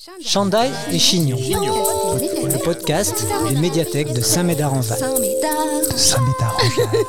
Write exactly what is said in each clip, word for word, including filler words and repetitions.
Chandail et Chignon, le podcast d'une médiathèque de Saint-Médard-en-Val. Saint-Médard-en-Val.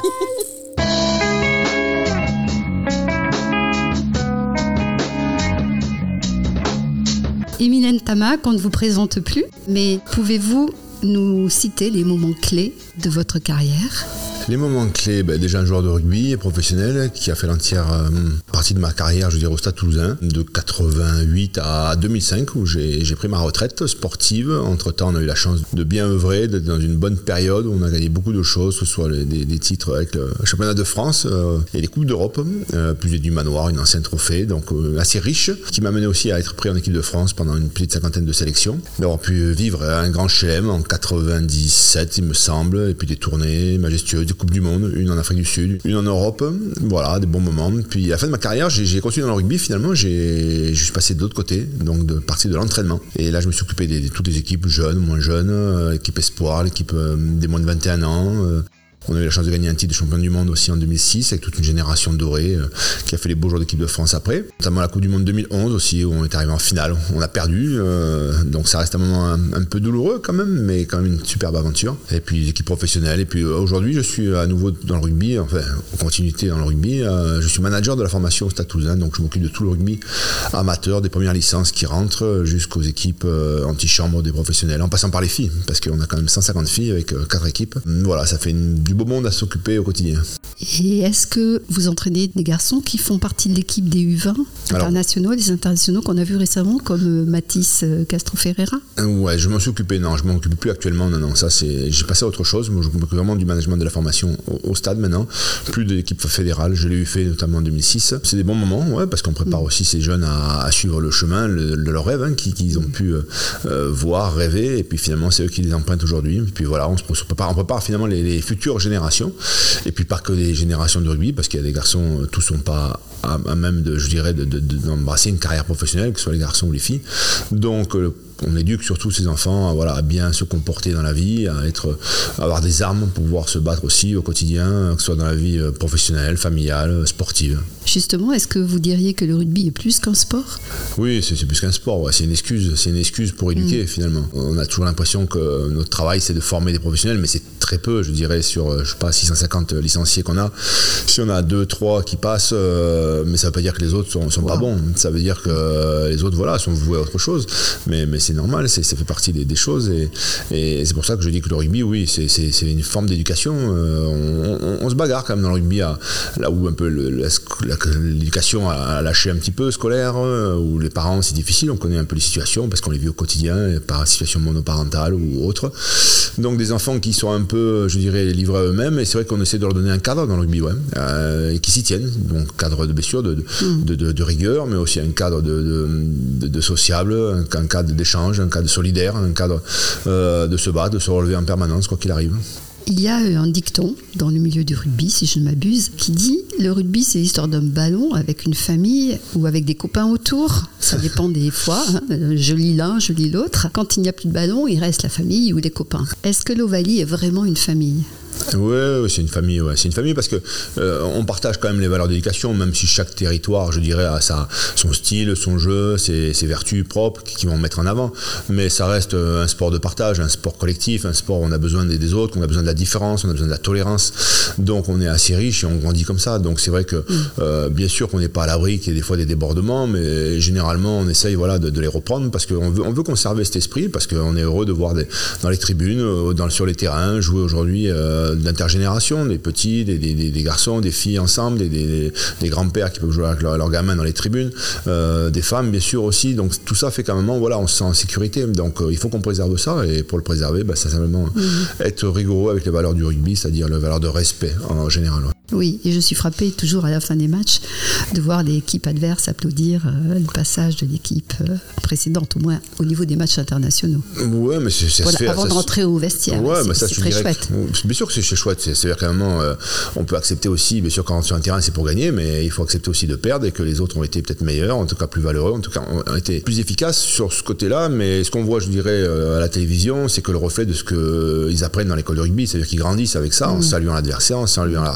Émilène Tamac, on ne vous présente plus, mais pouvez-vous nous citer les moments clés de votre carrière ? Les moments clés, ben déjà un joueur de rugby professionnel qui a fait l'entière euh, partie de ma carrière, je veux dire, au Stade Toulousain, de quatre-vingt-huit à deux mille cinq, où j'ai, j'ai pris ma retraite sportive. Entre-temps, on a eu la chance de bien œuvrer, d'être dans une bonne période où on a gagné beaucoup de choses, que ce soit les, des, des titres avec le championnat de France euh, et les Coupes d'Europe, euh, plus du manoir, une ancienne trophée, donc euh, assez riche, qui m'a mené aussi à être pris en équipe de France pendant une petite cinquantaine de sélections, d'avoir pu vivre un grand chelem en quatre-vingt-dix-sept, il me semble, et puis des tournées majestueuses, des Coupe du Monde, une en Afrique du Sud, une en Europe, voilà, des bons moments. Puis à la fin de ma carrière, j'ai, j'ai continué dans le rugby, finalement, j'ai, je suis passé de l'autre côté, donc de partie de l'entraînement. Et là, je me suis occupé de toutes les équipes jeunes, moins jeunes, euh, l'équipe espoir, l'équipe euh, des moins de vingt et un ans. Euh, On a eu la chance de gagner un titre de champion du monde aussi en deux mille six avec toute une génération dorée euh, qui a fait les beaux jours d'équipe de France après. Notamment la Coupe du Monde deux mille onze aussi où on est arrivé en finale. On a perdu, euh, donc ça reste un moment un, un peu douloureux quand même, mais quand même une superbe aventure. Et puis l'équipe professionnelle. Et puis euh, aujourd'hui, je suis à nouveau dans le rugby, enfin en continuité dans le rugby. Euh, je suis manager de la formation au Stade Toulousain, donc je m'occupe de tout le rugby amateur, des premières licences qui rentrent jusqu'aux équipes euh, anti-chambre des professionnels, en passant par les filles, parce qu'on a quand même cent cinquante filles avec euh, quatre équipes. Voilà, ça fait une, du beau monde à s'occuper au quotidien. Et est-ce que vous entraînez des garçons qui font partie de l'équipe des U vingt internationaux, des internationaux qu'on a vus récemment, comme Mathis Castro-Ferreira ? Ouais, je m'en suis occupé, non, je m'en occupe plus actuellement, non, non, ça c'est, j'ai passé à autre chose, moi je m'occupe vraiment du management de la formation au, au stade maintenant, plus de l'équipe fédérale, je l'ai eu fait notamment en deux mille six. C'est des bons moments, ouais, parce qu'on prépare mmh. aussi ces jeunes à, à suivre le chemin le, de leurs rêves, hein, qu'ils, qu'ils ont pu euh, voir, rêver, et puis finalement c'est eux qui les empruntent aujourd'hui, et puis voilà, on se prépare, on prépare finalement les, les futures générations. Et puis pas que les générations de rugby, parce qu'il y a des garçons, tous sont pas à, à même de, je dirais, de, de, de, d'embrasser une carrière professionnelle, que ce soit les garçons ou les filles. Donc euh, on éduque surtout ces enfants à, voilà, à bien se comporter dans la vie, à, être, à avoir des armes pour pouvoir se battre aussi au quotidien, que ce soit dans la vie professionnelle, familiale, sportive. Justement, est-ce que vous diriez que le rugby est plus qu'un sport ? Oui, c'est, c'est plus qu'un sport, ouais. c'est une excuse, c'est une excuse pour éduquer mmh. finalement. On a toujours l'impression que notre travail c'est de former des professionnels, mais c'est très peu, je dirais, sur je sais pas, six cent cinquante licenciés qu'on a. Si on a deux, trois qui passent, euh, mais ça veut pas dire que les autres sont, sont wow. pas bons. Ça veut dire que les autres, voilà, sont voués à autre chose. Mais, mais c'est normal, c'est, ça fait partie des, des choses. Et, et c'est pour ça que je dis que le rugby, oui, c'est, c'est, c'est une forme d'éducation. Euh, on, on, on se bagarre quand même dans le rugby, à, là où un peu le, la, la, l'éducation a lâché un petit peu scolaire, euh, où les parents, c'est difficile. On connaît un peu les situations parce qu'on les vit au quotidien, par situation monoparentale ou autre. Donc des enfants qui sont un peu, je dirais, livrés à eux-mêmes. Et c'est vrai qu'on essaie de leur donner un cadre dans le rugby, ouais, euh, et qui s'y tiennent. Donc cadre de blessure, de, de, mmh. de, de, de rigueur, mais aussi un cadre de, de, de, de sociable, un, un cadre d'échange, un cadre solidaire, un cadre euh, de se battre, de se relever en permanence, quoi qu'il arrive. Il y a un dicton dans le milieu du rugby, si je ne m'abuse, qui dit « Le rugby, c'est l'histoire d'un ballon avec une famille ou avec des copains autour. » Ça dépend des fois. Hein. Je lis l'un, je lis l'autre. Quand il n'y a plus de ballon, il reste la famille ou les copains. Est-ce que l'Ovalie est vraiment une famille ? Oui, ouais, c'est une famille, ouais. c'est une famille parce que euh, on partage quand même les valeurs d'éducation, même si chaque territoire, je dirais, a sa, son style, son jeu, ses, ses vertus propres qu'ils vont mettre en avant. Mais ça reste un sport de partage, un sport collectif, un sport où on a besoin des, des autres, on a besoin de la différence, on a besoin de la tolérance. Donc on est assez riche et on grandit comme ça. Donc c'est vrai que, euh, bien sûr qu'on n'est pas à l'abri qu'il y ait des fois des débordements, mais généralement on essaye, voilà, de, de les reprendre parce qu'on veut, on veut conserver cet esprit, parce qu'on est heureux de voir des, dans les tribunes, dans, sur les terrains, jouer aujourd'hui. Euh, d'intergénération, des petits, des, des, des garçons, des filles ensemble, des, des, des grands-pères qui peuvent jouer avec leurs leur gamins dans les tribunes, euh, des femmes bien sûr aussi, donc tout ça fait qu'à un moment, voilà, on se sent en sécurité, donc euh, il faut qu'on préserve ça, et pour le préserver, bah, c'est simplement mmh. être rigoureux avec les valeurs du rugby, c'est-à-dire les valeurs de respect en général. Ouais. Oui, et je suis frappée toujours à la fin des matchs de voir l'équipe adverse applaudir euh, le passage de l'équipe euh, précédente, au moins au niveau des matchs internationaux. Oui, mais c'est, c'est voilà, fait, avant ça, de rentrer au vestiaire, ouais, c'est, mais ça, c'est très chouette. Que, bien sûr que c'est, c'est chouette, c'est, c'est-à-dire qu'à un moment, euh, on peut accepter aussi, bien sûr quand on est sur un terrain c'est pour gagner, mais il faut accepter aussi de perdre et que les autres ont été peut-être meilleurs, en tout cas plus valeureux, en tout cas ont été plus efficaces sur ce côté-là, mais ce qu'on voit, je dirais, euh, à la télévision, c'est que le reflet de ce qu'ils apprennent dans l'école de rugby, c'est-à-dire qu'ils grandissent avec ça, mmh. en saluant l'adversaire, en saluant les arbitres,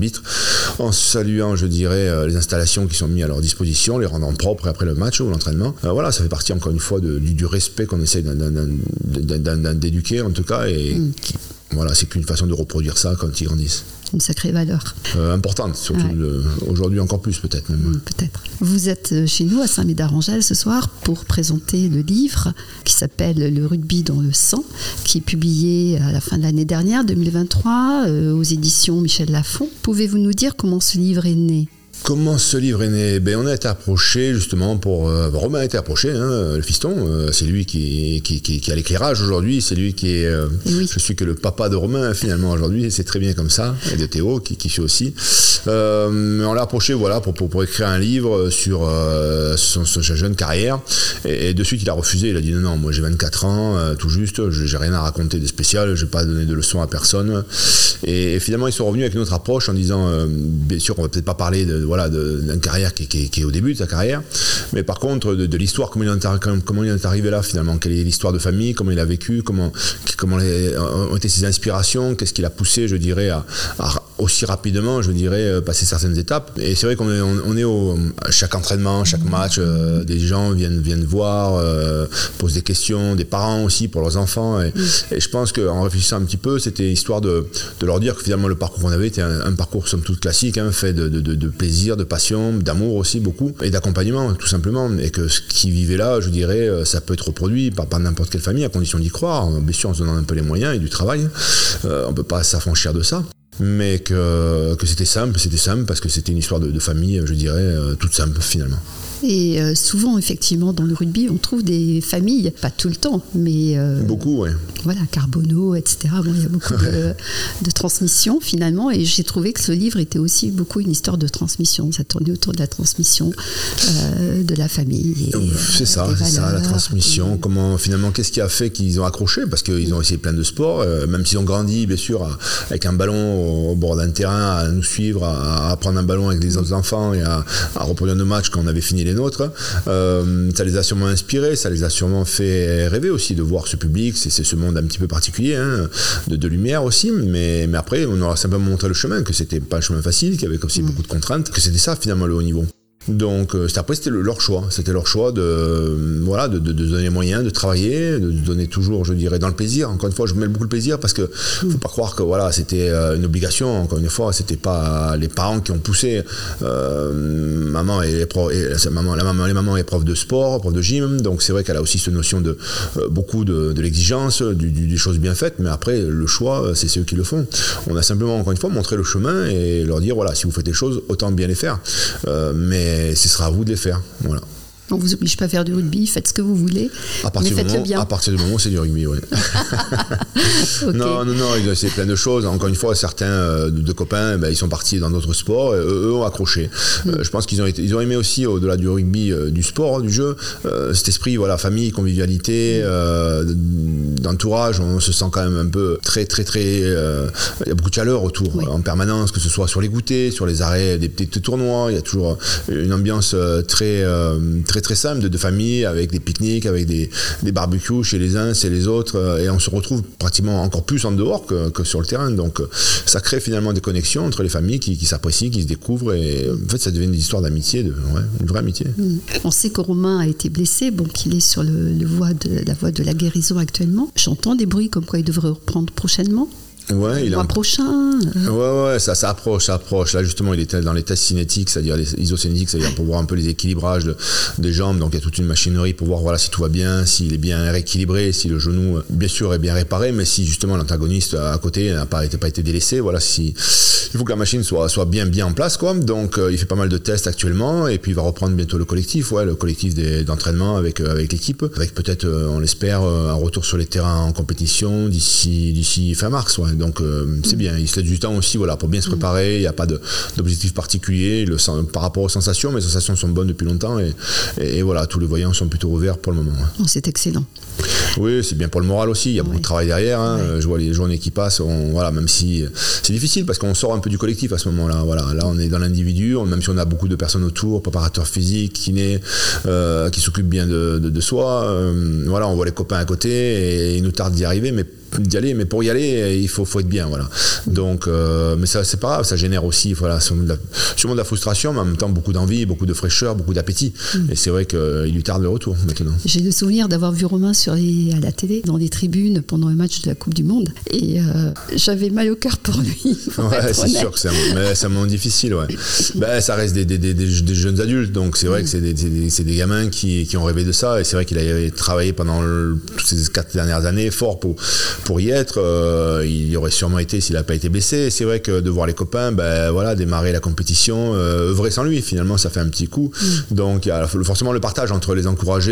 arbitres, en saluant, je dirais, les installations qui sont mises à leur disposition, les rendant propres après le match ou l'entraînement. Euh, voilà, ça fait partie encore une fois de, du, du respect qu'on essaie d'un, d'un, d'un, d'un, d'un, d'éduquer en tout cas, et mmh. qui, voilà, c'est qu'une façon de reproduire ça quand ils grandissent. Une sacrée valeur. Euh, importante, surtout ouais. le, aujourd'hui encore plus peut-être même. Mmh, peut-être. Vous êtes chez nous à Saint-Médard-en-Jalles ce soir pour présenter le livre qui s'appelle Le rugby dans le sang, qui est publié à la fin de l'année dernière, deux mille vingt-trois, euh, aux éditions Michel Lafon. Pouvez-vous nous dire comment ce livre est né ? Comment ce livre est né ? Ben, on a été approché justement pour... Euh, Romain a été approché, hein, le fiston. Euh, c'est lui qui, qui, qui, qui a l'éclairage aujourd'hui. C'est lui qui est... Euh, oui. Je suis que le papa de Romain finalement aujourd'hui. C'est très bien comme ça. Et de Théo qui, qui fait aussi. Euh, on l'a approché voilà, pour, pour, pour écrire un livre sur euh, son, son jeune carrière. Et, et de suite il a refusé. Il a dit non, non, moi j'ai vingt-quatre ans, euh, tout juste. J'ai rien à raconter de spécial. Je vais pas donner de leçons à personne. Et, et finalement ils sont revenus avec une autre approche en disant euh, bien sûr on va peut-être pas parler de... Voilà, d'une carrière qui, qui, qui est au début de sa carrière, mais par contre de, de l'histoire, comment il, en, comment il est arrivé là finalement, quelle est l'histoire de famille, comment il a vécu, comment, comment les, ont été ses inspirations, qu'est-ce qui l'a poussé, je dirais, à, à aussi rapidement, je dirais, passer certaines étapes. Et c'est vrai qu'on est, on, on est au, à chaque entraînement, chaque match, euh, des gens viennent, viennent voir, euh, posent des questions, des parents aussi pour leurs enfants, et, et je pense qu'en réfléchissant un petit peu, c'était histoire de, de leur dire que finalement le parcours qu'on avait était un, un parcours somme toute classique, hein, fait de, de, de, de plaisir, de passion, d'amour aussi beaucoup, et d'accompagnement tout simplement, et que ce qui vivait là, je dirais, ça peut être reproduit par, par n'importe quelle famille à condition d'y croire, bien sûr en se donnant un peu les moyens et du travail. Euh, on peut pas s'affranchir de ça, mais que, que c'était simple, c'était simple parce que c'était une histoire de, de famille, je dirais, euh, toute simple finalement. Et euh, souvent, effectivement, dans le rugby, on trouve des familles, pas tout le temps, mais... Euh, beaucoup, oui. Voilà, Carbonneau, et cetera. Bon, il y a beaucoup ouais. de, de transmission, finalement, et j'ai trouvé que ce livre était aussi beaucoup une histoire de transmission. Ça tournait autour de la transmission euh, de la famille. Et, c'est euh, ça, c'est ça, la transmission. Et... Comment, finalement, qu'est-ce qui a fait qu'ils ont accroché ? Parce qu'ils ont essayé plein de sports, euh, même s'ils ont grandi, bien sûr, à, avec un ballon au, au bord d'un terrain, à nous suivre, à, à prendre un ballon avec les autres enfants et à, à reproduire nos matchs quand on avait fini les nôtres. Euh, ça les a sûrement inspirés, ça les a sûrement fait rêver aussi de voir ce public, c'est, c'est ce monde un petit peu particulier, hein, de, de lumière aussi, mais, mais après on leur a simplement montré le chemin, que c'était pas un chemin facile, qu'il y avait aussi mmh. beaucoup de contraintes, que c'était ça finalement le haut niveau. Donc euh, c'était, après c'était le, leur choix, c'était leur choix de euh, voilà de, de, de donner les moyens, de travailler, de donner toujours, je dirais, dans le plaisir. Encore une fois, je mets beaucoup le plaisir parce que mmh. faut pas croire que voilà c'était euh, une obligation. Encore une fois, c'était pas les parents qui ont poussé. Euh, maman est prof, et, maman, la maman, les mamans est prof de sport, prof de gym, donc c'est vrai qu'elle a aussi cette notion de euh, beaucoup de, de l'exigence, du, du, des choses bien faites. Mais après le choix, c'est ceux qui le font. On a simplement encore une fois montré le chemin et leur dire voilà, si vous faites les choses, autant bien les faire. Euh, mais Et ce sera à vous de les faire. Voilà. On ne vous oblige pas à faire du rugby, faites ce que vous voulez, à mais faites-le moment, bien. À partir du moment où c'est du rugby, oui. okay. Non, non, non, c'est plein de choses. Encore une fois, certains euh, de, de copains, ben, ils sont partis dans d'autres sports, et eux, eux ont accroché. Mm. Euh, je pense qu'ils ont, été, ils ont aimé aussi, au-delà du rugby, euh, du sport, du jeu, euh, cet esprit, voilà, famille, convivialité, euh, d'entourage. On se sent quand même un peu très, très, très... Euh, il y a beaucoup de chaleur autour, oui. en permanence, que ce soit sur les goûters, sur les arrêts des petits tournois. Il y a toujours une ambiance très... Euh, très très très simple de, de famille, avec des pique-niques, avec des, des barbecues chez les uns, chez les autres, et on se retrouve pratiquement encore plus en dehors que, que sur le terrain. Donc ça crée finalement des connexions entre les familles qui, qui s'apprécient, qui se découvrent, et en fait ça devient une histoire d'amitié, de, ouais, une vraie amitié. On sait que Romain a été blessé, bon, qu'il est sur le, le voie de, la voie de la guérison actuellement. J'entends des bruits comme quoi il devrait reprendre prochainement. Ouais, le il mois en... prochain. Ouais, ouais, ça, ça approche, ça approche. Là, justement, il était dans les tests cinétiques, c'est-à-dire les isocinétiques, c'est-à-dire pour voir un peu les équilibrages de, des jambes. Donc, il y a toute une machinerie pour voir voilà, si tout va bien, s'il est bien rééquilibré, si le genou, bien sûr, est bien réparé, mais si justement l'antagoniste à côté n'a pas été, pas été délaissé, voilà, si, il faut que la machine soit, soit bien, bien en place, quoi. Donc, euh, il fait pas mal de tests actuellement, et puis il va reprendre bientôt le collectif, ouais, le collectif des, d'entraînement avec, euh, avec l'équipe, avec peut-être, euh, on l'espère, euh, un retour sur les terrains en compétition d'ici, d'ici fin mars, ouais. Donc, euh, c'est bien, il se laisse du temps aussi voilà, pour bien se préparer, il n'y a pas de, d'objectif particulier le, par rapport aux sensations, mes sensations sont bonnes depuis longtemps et, et, et voilà, tous les voyants sont plutôt ouverts pour le moment. Oh, c'est excellent. Oui, c'est bien pour le moral aussi, il y a ouais. beaucoup de travail derrière, hein. ouais. Je vois les journées qui passent, on, voilà, même si c'est difficile parce qu'on sort un peu du collectif à ce moment-là, voilà. Là on est dans l'individu, même si on a beaucoup de personnes autour, préparateurs physiques, kinés, euh, qui s'occupent bien de, de, de soi, euh, voilà, on voit les copains à côté et il nous tarde d'y arriver, mais d'y aller, mais pour y aller, il faut, faut être bien, voilà. Donc, euh, mais ça, c'est pas grave, ça génère aussi, voilà, sûrement de la, sûrement de la frustration, mais en même temps beaucoup d'envie, beaucoup de fraîcheur, beaucoup d'appétit. Mmh. Et c'est vrai qu'il lui tarde le retour maintenant. J'ai le souvenir d'avoir vu Romain sur les, à la télé, dans des tribunes pendant un match de la Coupe du Monde, et euh, j'avais mal au cœur pour lui. Ouais, c'est honnête. Sûr que c'est un, mais c'est un moment difficile, ouais. Ben, ça reste des, des, des, des, des jeunes adultes, donc c'est vrai mmh. que c'est des, des, c'est des gamins qui, qui ont rêvé de ça, et c'est vrai qu'il a travaillé pendant le, toutes ces quatre dernières années fort pour, pour y être. Euh, il y aurait sûrement été s'il n'a pas été blessé. Et c'est vrai que de voir les copains, ben, voilà, démarrer la compétition, euh, œuvrer sans lui, finalement, ça fait un petit coup. Mmh. Donc il y a forcément le partage entre les encourager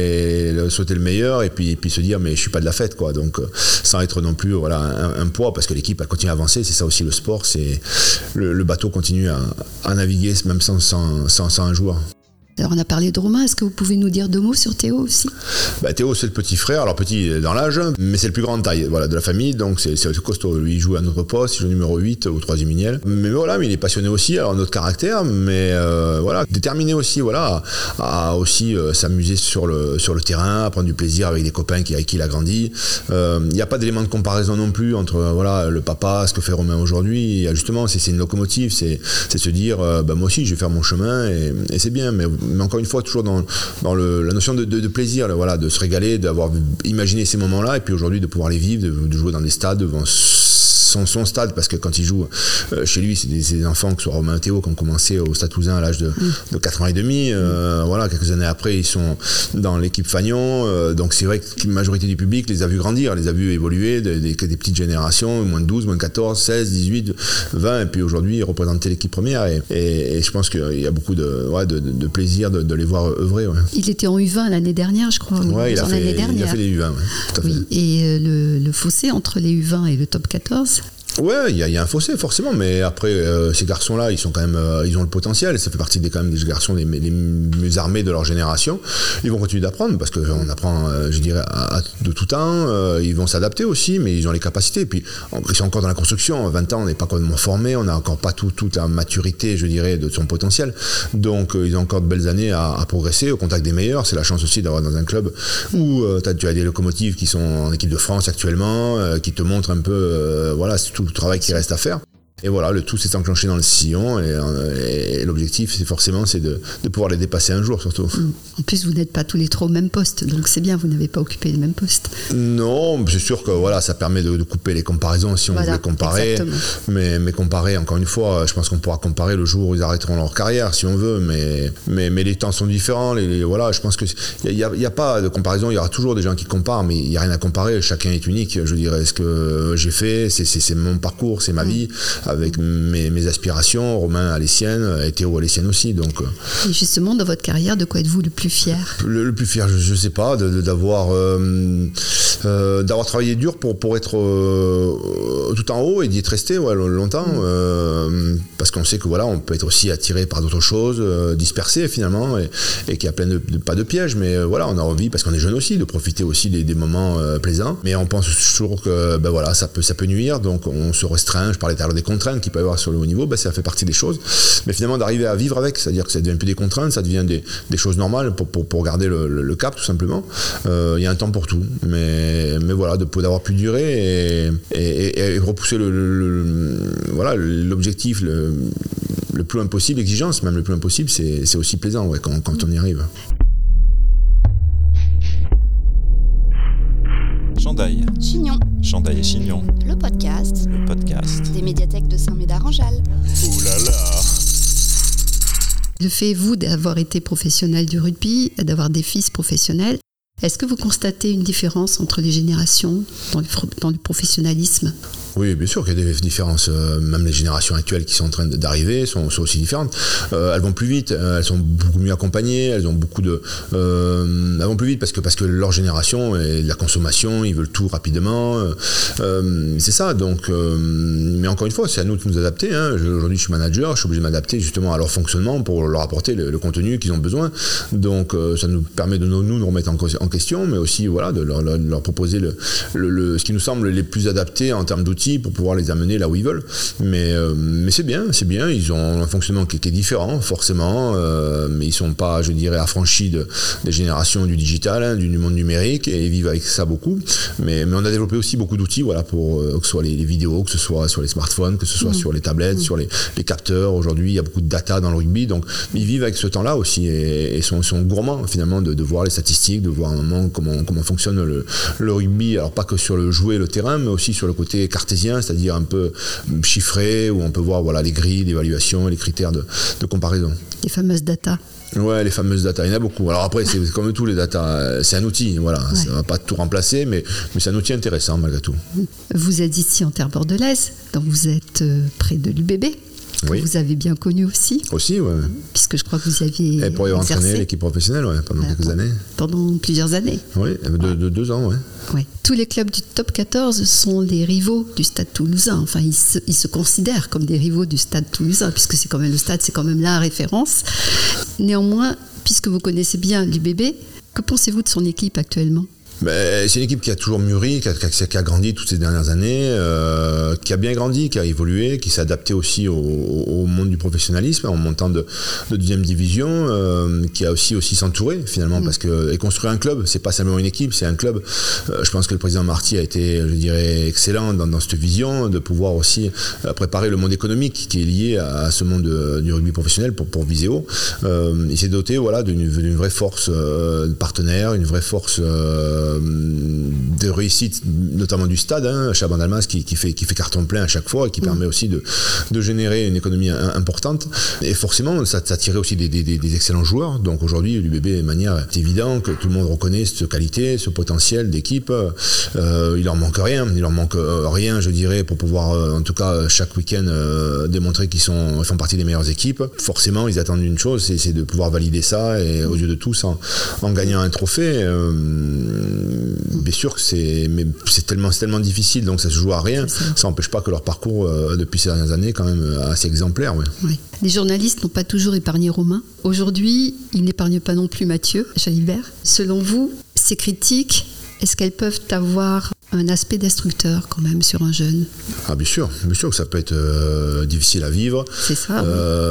et le, souhaiter le meilleur, et puis, et puis se dire mais je suis pas de la fête, quoi. Donc euh, sans être non plus voilà, un, un poids, parce que l'équipe elle continue à avancer, c'est ça aussi le sport, c'est le, le bateau continue à, à naviguer même sans, sans, sans, sans un joueur. Alors on a parlé de Romain, est-ce que vous pouvez nous dire deux mots sur Théo aussi ? Bah, Théo c'est le petit frère, alors petit dans l'âge, mais c'est le plus grand de taille, voilà, de la famille, donc c'est, c'est costaud. Lui il joue à notre poste, il joue numéro huit au troisième Miniel. Mais voilà, mais il est passionné aussi, alors notre caractère, mais euh, voilà, déterminé aussi, voilà, à, à aussi euh, s'amuser sur le, sur le terrain, à prendre du plaisir avec des copains qui, avec qui il a grandi. Il euh, n'y a pas d'élément de comparaison non plus entre euh, voilà, le papa, ce que fait Romain aujourd'hui. Justement, c'est, c'est une locomotive, c'est, c'est se dire, euh, bah, moi aussi je vais faire mon chemin et, et c'est bien, mais mais encore une fois toujours dans, dans le, la notion de, de, de plaisir, là, voilà, de se régaler, d'avoir imaginé ces moments-là, et puis aujourd'hui de pouvoir les vivre, de, de jouer dans des stades devant son, son stade, parce que quand il joue euh, chez lui, c'est des, c'est des enfants, que ce soit Romain et Théo, qui ont commencé au Stade Toulousain à l'âge de, de quatre ans et demi, euh, voilà, quelques années après ils sont dans l'équipe Fagnon, euh, donc c'est vrai que la majorité du public les a vus grandir, les a vus évoluer, des, des, des petites générations, moins de douze, moins de quatorze, seize, dix-huit, vingt, et puis aujourd'hui représenter l'équipe première, et, et, et je pense qu'il y a beaucoup de, ouais, de, de, de plaisir de, de les voir œuvrer. Ouais. Il était en U vingt l'année dernière, je crois. Ouais, il a, fait, il a fait les U vingt, ouais, tout à fait. Oui, et euh, le, le fossé entre les U vingt et le top quatorze. Ouais, il y, y a un fossé forcément, mais après euh, ces garçons-là, ils sont quand même, euh, ils ont le potentiel. Ça fait partie des quand même des garçons les, les mieux armés de leur génération. Ils vont continuer d'apprendre parce qu'on apprend, euh, je dirais, à, à, de tout temps. Euh, ils vont s'adapter aussi, mais ils ont les capacités. Et puis ils sont encore dans la construction. vingt ans, on n'est pas complètement formé, on n'a encore pas tout, toute la maturité, je dirais, de son potentiel. Donc euh, ils ont encore de belles années à, à progresser au contact des meilleurs. C'est la chance aussi d'avoir dans un club où euh, tu as des locomotives qui sont en équipe de France actuellement, euh, qui te montrent un peu, euh, voilà, c'est tout le travail qui reste à faire. Et voilà, le tout s'est enclenché dans le sillon, et, et l'objectif, c'est forcément, c'est de, de pouvoir les dépasser un jour, surtout. En plus, vous n'êtes pas tous les trois au même poste, donc c'est bien, vous n'avez pas occupé les mêmes postes. Non, c'est sûr que voilà, ça permet de, de couper les comparaisons si on voilà, voulait comparer. Mais, mais comparer, encore une fois, je pense qu'on pourra comparer le jour où ils arrêteront leur carrière, si on veut, mais, mais, mais les temps sont différents. Les, les, voilà, je pense qu'il n'y a, a, a pas de comparaison, il y aura toujours des gens qui comparent, mais il n'y a rien à comparer, chacun est unique. Je dirais, ce que j'ai fait, c'est, c'est, c'est mon parcours, c'est ma vie, avec mes, mes aspirations. Romain a les siennes, et Théo a les siennes aussi. Donc, et justement, dans votre carrière, de quoi êtes-vous le plus fier ? Le, le plus fier, je ne sais pas, de, de, d'avoir, euh, euh, d'avoir travaillé dur pour, pour être euh, tout en haut et d'y être resté ouais, longtemps. Mmh. Euh, parce qu'on sait que voilà, on peut être aussi attiré par d'autres choses, euh, dispersé finalement, et, et qu'il y a plein de, de pas de pièges, mais euh, voilà, on a envie, parce qu'on est jeune aussi, de profiter aussi des, des moments euh, plaisants. Mais on pense toujours que ben voilà, ça peut, ça peut nuire, donc on se restreint. Je parlais tout à l'heure des contraintes qu'il peut y avoir sur le haut niveau, ben ça fait partie des choses. Mais finalement, d'arriver à vivre avec, c'est-à-dire que ça devient plus des contraintes, ça devient des, des choses normales pour, pour, pour garder le, le, le cap, tout simplement. Il euh, y a un temps pour tout, mais, mais voilà, de, d'avoir pu durer et, et, et repousser le, le, le, voilà, l'objectif le, le plus loin possible, l'exigence même le plus loin possible, c'est, c'est aussi plaisant ouais, quand, quand on y arrive. Chandail. Chignon. Chandail et Chignon. Le podcast. Le podcast. Des médiathèques de Saint-Médard-en-Jalles. Ouh là là. Le fait, vous, d'avoir été professionnel du rugby, d'avoir des fils professionnels, est-ce que vous constatez une différence entre les générations dans le, dans le professionnalisme ? Oui, bien sûr qu'il y a des différences. Euh, même les générations actuelles qui sont en train d'arriver sont, sont aussi différentes. Euh, elles vont plus vite, elles sont beaucoup mieux accompagnées, elles ont beaucoup de... Euh, elles vont plus vite parce que, parce que leur génération est de la consommation, ils veulent tout rapidement. Euh, c'est ça, donc... Euh, mais encore une fois, c'est à nous de nous adapter. Hein. Je, aujourd'hui, je suis manager, je suis obligé de m'adapter justement à leur fonctionnement pour leur apporter le, le contenu qu'ils ont besoin. Donc, euh, ça nous permet de nous, nous remettre en, en question, mais aussi voilà, de leur, leur, leur proposer le, le, le, ce qui nous semble les plus adaptés en termes d'outils d'outils pour pouvoir les amener là où ils veulent. Mais, euh, mais c'est bien, c'est bien. Ils ont un fonctionnement qui, qui est différent, forcément, euh, mais ils sont pas, je dirais, affranchis de, des générations du digital, hein, du, du monde numérique, et ils vivent avec ça beaucoup. Mais, mais on a développé aussi beaucoup d'outils, voilà, pour euh, que ce soit les, les vidéos, que ce soit sur les smartphones, que ce soit mmh. sur les tablettes, mmh. sur les, les capteurs. Aujourd'hui, il y a beaucoup de data dans le rugby, donc ils vivent avec ce temps-là aussi, et, et sont, sont gourmands finalement de, de voir les statistiques, de voir un moment comment, comment fonctionne le, le rugby, alors pas que sur le jouet, le terrain, mais aussi sur le côté cartésien, c'est-à-dire un peu chiffré, où on peut voir voilà, les grilles d'évaluation, les critères de, de comparaison. Les fameuses data. Ouais, les fameuses data, il y en a beaucoup. Alors après, c'est comme tous les data, c'est un outil, voilà, ouais. Ça ne va pas tout remplacer, mais, mais c'est un outil intéressant malgré tout. Vous êtes ici en terre bordelaise, donc vous êtes près de l'U B B. Que oui. Vous avez bien connu aussi. Aussi, oui. Puisque je crois que vous aviez. Et pour y avoir entraîné l'équipe professionnelle, ouais, pendant voilà, quelques années. Pendant plusieurs années. Oui, de, de deux ans, oui. Ouais. Tous les clubs du top quatorze sont des rivaux du Stade Toulousain. Enfin, ils se, ils se considèrent comme des rivaux du Stade Toulousain, puisque c'est quand même le stade, c'est quand même la référence. Néanmoins, puisque vous connaissez bien l'U B B, que pensez-vous de son équipe actuellement ? Ben, c'est une équipe qui a toujours mûri, qui a, qui a grandi toutes ces dernières années, euh, qui a bien grandi, qui a évolué, qui s'est adapté aussi au, au monde du professionnalisme en montant de, de deuxième division, euh, qui a aussi aussi s'entouré finalement, mmh. parce que et construire un club, c'est pas simplement une équipe, c'est un club. Euh, je pense que le président Marty a été, je dirais, excellent dans, dans cette vision de pouvoir aussi euh, préparer le monde économique qui est lié à, à ce monde de, du rugby professionnel pour, pour Viséo. Euh, il s'est doté voilà, d'une, d'une vraie force euh, partenaire, une vraie force euh, de réussite, notamment du stade, hein, Chaban Dalmas qui, qui, fait, qui fait carton plein à chaque fois et qui mmh. permet aussi de, de générer une économie importante. Et forcément, ça, ça tirait aussi des, des, des excellents joueurs. Donc aujourd'hui, l'U B B, de manière est évident que tout le monde reconnaît cette qualité, ce potentiel d'équipe. Euh, il leur manque rien, il leur manque rien, je dirais, pour pouvoir, euh, en tout cas, chaque week-end, euh, démontrer qu'ils sont, ils font partie des meilleures équipes. Forcément, ils attendent une chose, c'est, c'est de pouvoir valider ça et aux yeux de tous en, en gagnant un trophée. Euh, Bien sûr que c'est, mais c'est tellement, c'est tellement difficile, donc ça se joue à rien. Ça n'empêche pas que leur parcours euh, depuis ces dernières années est quand même assez exemplaire. Ouais. Oui. Les journalistes n'ont pas toujours épargné Romain. Aujourd'hui, ils n'épargnent pas non plus Mathieu Jalibert. Selon vous, ces critiques, est-ce qu'elles peuvent avoir un aspect destructeur quand même sur un jeune ? Ah bien sûr, bien sûr que ça peut être euh, difficile à vivre. C'est ça.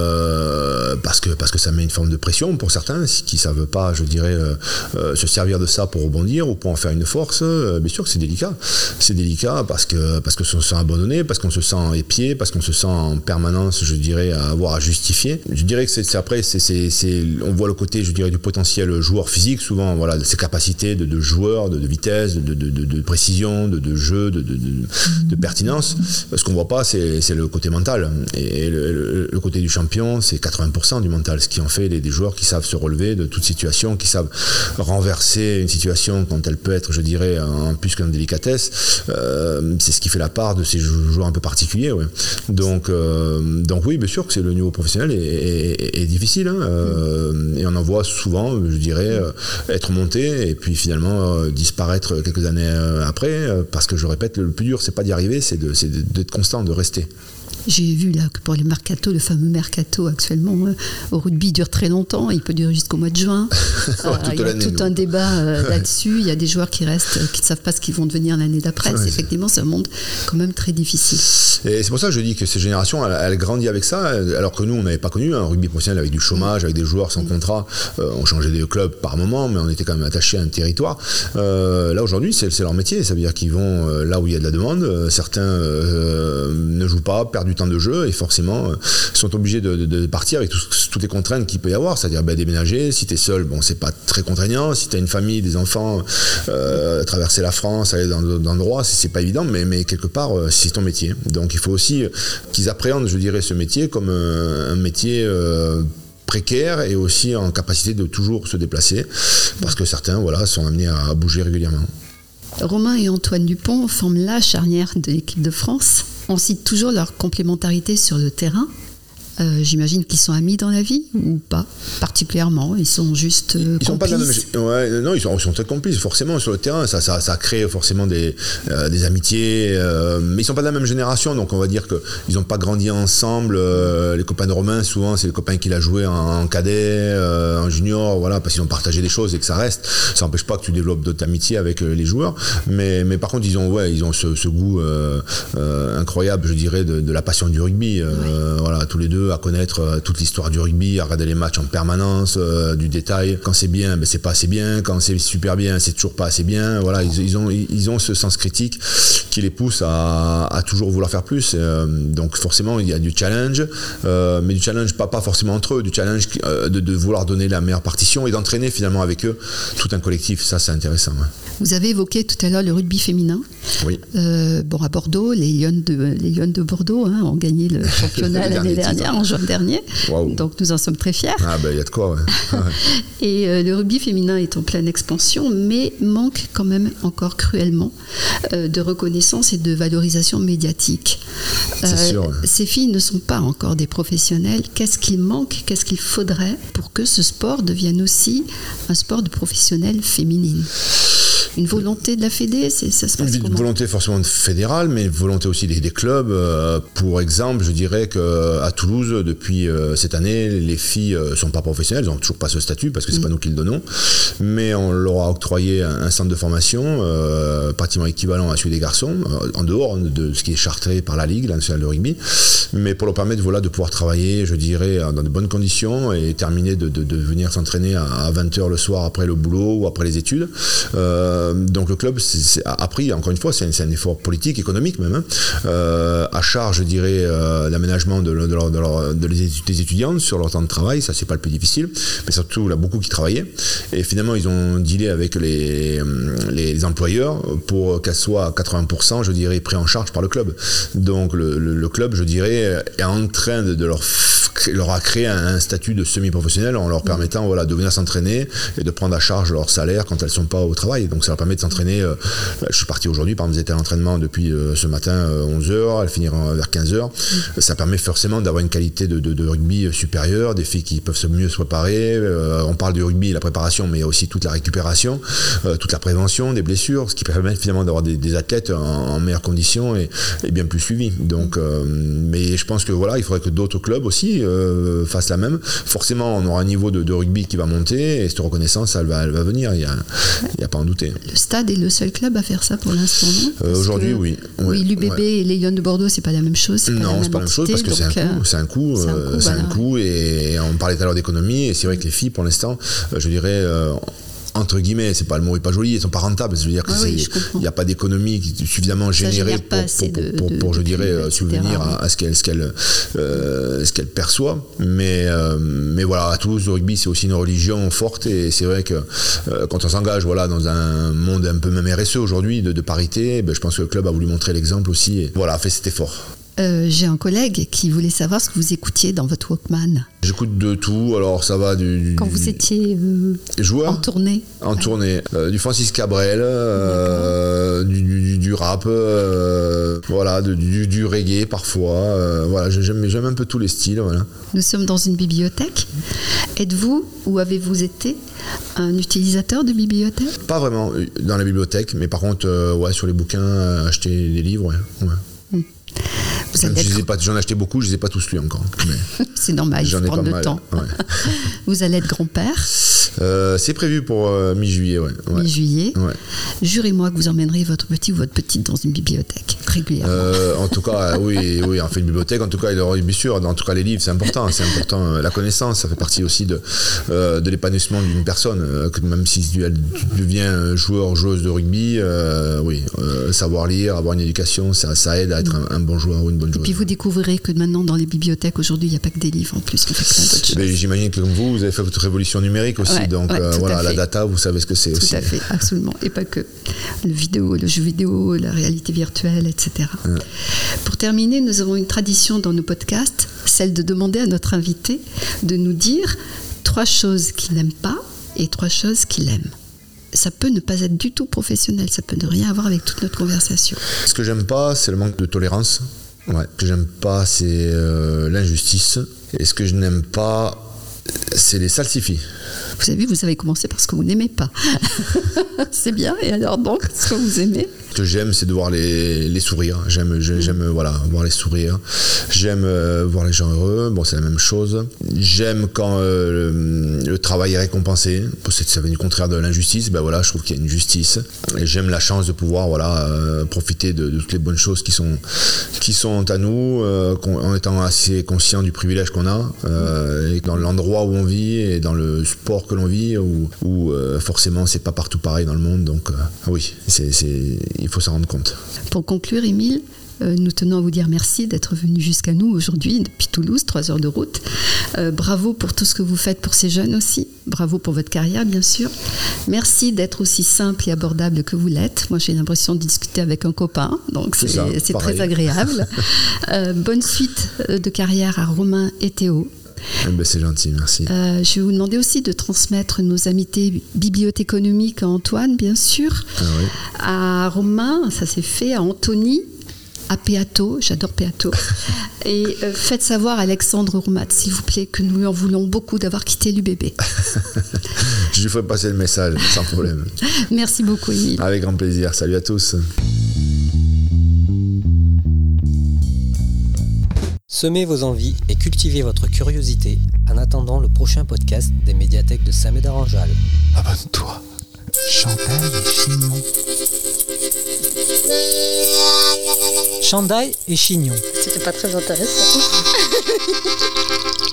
Euh, oui. parce que parce que ça met une forme de pression pour certains qui ne savent pas, je dirais, euh, euh, se servir de ça pour rebondir ou pour en faire une force. Euh, bien sûr que c'est délicat. C'est délicat parce que parce que on se sent abandonné, parce qu'on se sent épié, parce qu'on se sent en permanence, je dirais, à avoir à justifier. Je dirais que c'est, c'est après, c'est, c'est, c'est, on voit le côté, je dirais, du potentiel joueur physique souvent, voilà, de ses capacités de, de joueur, de, de vitesse, de, de, de, de précision. De, de jeu, de, de, de, de pertinence. Ce qu'on ne voit pas, c'est, c'est le côté mental. Et le, le, le côté du champion, c'est quatre-vingts pour cent du mental, ce qui en fait des, des joueurs qui savent se relever de toute situation, qui savent renverser une situation quand elle peut être, je dirais, en plus qu'une délicatesse. Euh, c'est ce qui fait la part de ces joueurs un peu particuliers. Ouais. Donc, euh, donc oui, bien sûr que c'est le niveau professionnel est, est, est difficile. Hein, euh, et on en voit souvent, je dirais, euh, être monté et puis finalement euh, disparaître quelques années euh, après. Parce que je répète, le plus dur, c'est pas d'y arriver, c'est, de, c'est d'être constant, de rester. J'ai vu là que pour les mercato, le fameux mercato actuellement euh, au rugby dure très longtemps, il peut durer jusqu'au mois de juin. euh, il y a tout nous. un débat euh, là-dessus. Il y a des joueurs qui restent, euh, qui ne savent pas ce qu'ils vont devenir l'année d'après. Ouais, c'est, effectivement, c'est un monde quand même très difficile. Et c'est pour ça que je dis que ces générations, elle, elle grandit avec ça, alors que nous, on n'avait pas connu un rugby professionnel avec du chômage, avec des joueurs sans contrat. Euh, on changeait de club par moment, mais on était quand même attachés à un territoire. Euh, là aujourd'hui, c'est, c'est leur métier. Ça veut dire qu'ils vont euh, là où il y a de la demande. Certains euh, ne jouent pas, perdent du temps de jeu et forcément euh, sont obligés de, de, de partir avec tout, toutes les contraintes qu'il peut y avoir, c'est-à-dire ben, déménager. Si tu es seul, bon, c'est pas très contraignant. Si tu as une famille, des enfants, euh, traverser la France, aller dans d'autres endroits, c'est, c'est pas évident, mais, mais quelque part, euh, c'est ton métier. Donc il faut aussi qu'ils appréhendent, je dirais, ce métier comme un, un métier euh, précaire et aussi en capacité de toujours se déplacer parce que certains voilà, sont amenés à bouger régulièrement. Romain et Antoine Dupont forment la charnière de l'équipe de France. On cite toujours leur complémentarité sur le terrain. Euh, j'imagine qu'ils sont amis dans la vie ou pas particulièrement. Ils sont juste euh, Ils sont pas de la même... complices. ouais, non, ils sont, ils sont très complices, forcément, sur le terrain. Ça, ça, ça crée forcément des, euh, des amitiés. Euh, mais ils sont pas de la même génération, donc on va dire qu'ils n'ont pas grandi ensemble. Euh, les copains de Romain, souvent, c'est les copains qu'il a joué en, en cadet, euh, en junior, voilà, parce qu'ils ont partagé des choses et que ça reste. Ça n'empêche pas que tu développes d'autres amitiés avec euh, les joueurs. Mais, mais par contre, ils ont, ouais, ils ont ce, ce goût euh, euh, incroyable, je dirais, de, de la passion du rugby. Euh, oui. Voilà, tous les deux à connaître euh, toute l'histoire du rugby, à regarder les matchs en permanence, euh, du détail. Quand c'est bien, ben, c'est pas assez bien. Quand c'est super bien, c'est toujours pas assez bien. Voilà, ils, ils, ont, ils ont ce sens critique qui les pousse à, à toujours vouloir faire plus. Euh, donc forcément, il y a du challenge, euh, mais du challenge pas, pas forcément entre eux, du challenge euh, de, de vouloir donner la meilleure partition et d'entraîner finalement avec eux tout un collectif. Ça, c'est intéressant. Ouais. Vous avez évoqué tout à l'heure le rugby féminin. Oui. Euh, bon, à Bordeaux, les Lionnes de, les Lionnes de Bordeaux hein, ont gagné le championnat l'année dernière, en juin dernier. Wow. Donc nous en sommes très fiers. Ah ben, il y a de quoi, ouais. Et euh, le rugby féminin est en pleine expansion, mais manque quand même encore cruellement euh, de reconnaissance et de valorisation médiatique. C'est euh, sûr. Ouais. Ces filles ne sont pas encore des professionnelles. Qu'est-ce qu'il manque, qu'est-ce qu'il faudrait pour que ce sport devienne aussi un sport de professionnelles féminines? Une volonté de la Fédé, c'est, ça se passe Une comment? volonté forcément fédérale, mais une volonté aussi des, des clubs. Euh, pour exemple, je dirais qu'à Toulouse, depuis euh, cette année, les filles ne euh, sont pas professionnelles, elles n'ont toujours pas ce statut parce que ce n'est mmh. pas nous qui le donnons, mais on leur a octroyé un, un centre de formation euh, pratiquement équivalent à celui des garçons, euh, en dehors de ce qui est chartré par la Ligue, la nationale de rugby, mais pour leur permettre voilà, de pouvoir travailler, je dirais, dans de bonnes conditions et terminer de, de, de venir s'entraîner à vingt heures le soir après le boulot ou après les études. Euh, donc le club c'est, c'est, a pris, encore une fois, c'est un, c'est un effort politique, économique même, hein, euh, à charge, je dirais, euh, l'aménagement de, de, de, leur, de, leur, de les, des étudiantes sur leur temps de travail. Ça, c'est pas le plus difficile, mais surtout, il y a beaucoup qui travaillaient. Et finalement, ils ont dealé avec les, les, les employeurs pour qu'elles soient à quatre-vingts pour cent, je dirais, pris en charge par le club. Donc le, le, le club, je dirais, est en train de, de leur, leur a créé un, un statut de semi-professionnel en leur permettant voilà, de venir s'entraîner et de prendre à charge leur salaire quand elles ne sont pas au travail. Donc ça leur permet de s'entraîner. Euh, je suis parti aujourd'hui, par exemple, vous étiez à l'entraînement depuis euh, ce matin euh, onze heures, elles finiront vers quinze heures. Mmh. Ça permet forcément d'avoir une qualité de, de, de rugby supérieure, des filles qui peuvent se mieux se préparer. Euh, on parle du rugby, la préparation, mais aussi toute la récupération, euh, toute la prévention des blessures, ce qui permet finalement d'avoir des, des athlètes en, en meilleures conditions et, et bien plus suivis. Donc, euh, mais je pense que voilà, il faudrait que d'autres clubs aussi euh, fassent la même. Forcément, on aura un niveau de, de rugby qui va monter et cette reconnaissance, elle va, elle va venir. Il n'y a, a pas à en douter. Le Stade est le seul club à faire ça pour l'instant, non euh, Aujourd'hui, oui. Oui, oui l'U B B ouais. et les Lionnes de Bordeaux, c'est pas la même chose. C'est pas non, la c'est pas la même chose parce que c'est un, coup, c'est un coût. C'est un coût, euh, c'est voilà. un coût et on parlait tout à l'heure d'économie et c'est vrai que les filles, pour l'instant, je dirais... Euh, entre guillemets, c'est pas le mot est pas joli, elles sont pas rentables, je veux dire que ah c'est, il oui, n'y a pas d'économie suffisamment générée pour, pour, pour, pour, pour, je dirais, de, subvenir à, à ce qu'elle, ce qu'elle, euh, ce qu'elle perçoit. Mais, euh, mais voilà, à Toulouse, le rugby, c'est aussi une religion forte et c'est vrai que euh, quand on s'engage voilà, dans un monde un peu même R S E aujourd'hui de, de parité, ben, je pense que le club a voulu montrer l'exemple aussi et voilà, a fait cet effort. Euh, j'ai un collègue qui voulait savoir ce que vous écoutiez dans votre Walkman. J'écoute de tout, alors ça va du... du Quand vous étiez euh, joueur, en tournée En ouais. tournée. Euh, du Francis Cabrel, euh, du, du, du rap, euh, voilà, de, du, du reggae parfois. Euh, voilà, j'aime, j'aime un peu tous les styles. Voilà. Nous sommes dans une bibliothèque. Êtes-vous ou avez-vous été un utilisateur de bibliothèque ? Pas vraiment dans la bibliothèque, mais par contre, euh, ouais, sur les bouquins, euh, acheter des livres, ouais. ouais. Hum. Vous allez être... pas, j'en ai acheté beaucoup, je ne les ai pas tous lus encore. Mais c'est normal, il faut prendre le mal. temps. Ouais. Vous allez être grand-père euh, C'est prévu pour euh, mi-juillet. Ouais. Ouais. Mi-juillet. Ouais. Jurez-moi que vous emmènerez votre petit ou votre petite dans une bibliothèque régulièrement. Euh, en tout cas, oui, oui, on fait une bibliothèque. En tout cas, il aura, bien sûr, en tout cas, les livres, c'est important. C'est important. La connaissance, ça fait partie aussi de, euh, de l'épanouissement d'une personne. Euh, que même si elle devient joueur, joueuse de rugby, euh, oui, euh, savoir lire, avoir une éducation, ça, ça aide à être un, un bon joueur ou une bonne joueuse. Et puis vous découvrirez que maintenant, dans les bibliothèques, aujourd'hui, il n'y a pas que des livres. En plus, on fait plein d'autres choses. Mais j'imagine que comme vous, vous avez fait votre révolution numérique aussi. Ouais, donc ouais, euh, voilà, la data, vous savez ce que c'est tout aussi. Tout à fait, absolument. Et pas que. Le vidéo, le jeu vidéo, la réalité virtuelle, et cetera. Ouais. Pour terminer, nous avons une tradition dans nos podcasts, celle de demander à notre invité de nous dire trois choses qu'il n'aime pas et trois choses qu'il aime. Ça peut ne pas être du tout professionnel, ça peut ne rien avoir avec toute notre conversation. Ce que j'aime pas, c'est le manque de tolérance. Ouais, ce que j'aime pas, c'est euh, l'injustice. Et ce que je n'aime pas, c'est les salsifis. Vous avez vu, vous avez commencé par ce que vous n'aimez pas. C'est bien. Et alors donc, ce que vous aimez? Ce que j'aime, c'est de voir les, les sourires. J'aime, j'aime voilà, voir les sourires. J'aime euh, voir les gens heureux. Bon, c'est la même chose. J'aime quand euh, le, le travail est récompensé. Ça vient du contraire de l'injustice. Ben voilà, je trouve qu'il y a une justice. Et j'aime la chance de pouvoir voilà, euh, profiter de, de toutes les bonnes choses qui sont, qui sont à nous, euh, en étant assez conscient du privilège qu'on a, euh, et dans l'endroit où on vit et dans le sport que l'on vit, où, où euh, forcément c'est pas partout pareil dans le monde. Donc euh, oui, c'est, c'est il faut s'en rendre compte. Pour conclure, Émile, euh, nous tenons à vous dire merci d'être venu jusqu'à nous aujourd'hui, depuis Toulouse, trois heures de route. Euh, bravo pour tout ce que vous faites pour ces jeunes aussi. Bravo pour votre carrière, bien sûr. Merci d'être aussi simple et abordable que vous l'êtes. Moi, j'ai l'impression de discuter avec un copain, donc c'est, c'est, ça, c'est très agréable. euh, bonne suite de carrière à Romain et Théo. Eh ben, c'est gentil, merci. Euh, je vais vous demander aussi de transmettre nos amitiés bibliothéconomiques à Antoine, bien sûr, ah oui. à Romain, ça s'est fait, à Anthony, à Péato, j'adore Péato, et euh, faites savoir à Alexandre Roumat, s'il vous plaît, que nous lui en voulons beaucoup d'avoir quitté l'U B B. Je lui ferai passer le message, sans problème. Merci beaucoup, Émile. Avec grand plaisir, salut à tous. Semez vos envies et cultivez votre curiosité en attendant le prochain podcast des médiathèques de Saint-Médard-en-Jalles. Abonne-toi. Chandail et Chignon. Chandail et Chignon. C'était pas très intéressant.